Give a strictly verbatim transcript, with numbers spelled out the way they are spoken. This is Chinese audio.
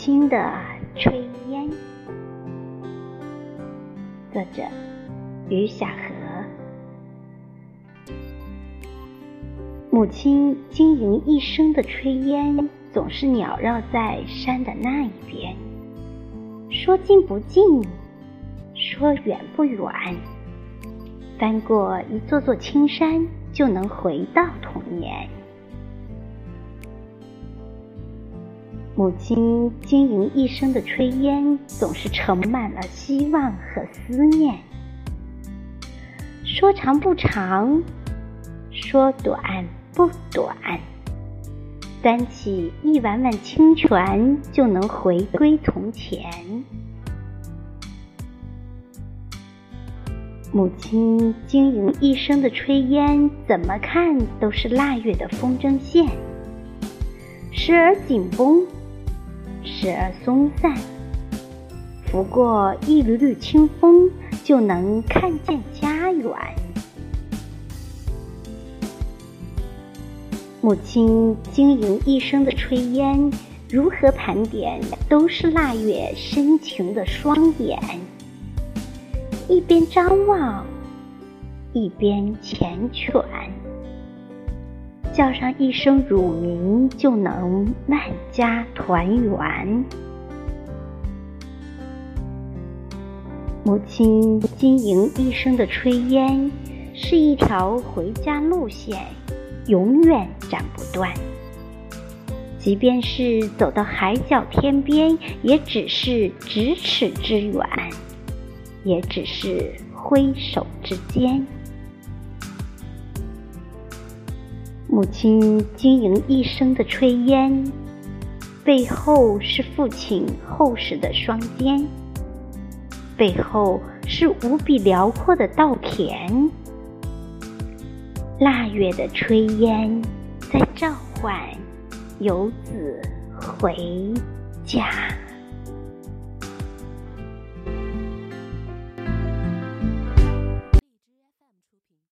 亲的炊烟。作者于小河。母亲经营一生的炊烟，总是缭绕在山的那一边，说近不近，说远不远，翻过一座座青山，就能回到童年。母亲经营一生的炊烟，总是盛满了希望和思念，说长不长，说短不短，端起一碗碗清泉，就能回归从前。母亲经营一生的炊烟，怎么看都是腊月的风筝线，时而紧绷，时而松散，拂过一缕缕清风，就能看见家园。母亲经营一生的炊烟，如何盘点都是腊月深情的双眼，一边张望，一边缱绻，叫上一声乳名，就能万家团圆。母亲经营一生的炊烟，是一条回家路线，永远斩不断。即便是走到海角天边，也只是咫尺之远，也只是挥手之间。母亲经营一生的炊烟，背后是父亲厚实的双肩，背后是无比辽阔的稻田。腊月的炊烟在召唤游子回家。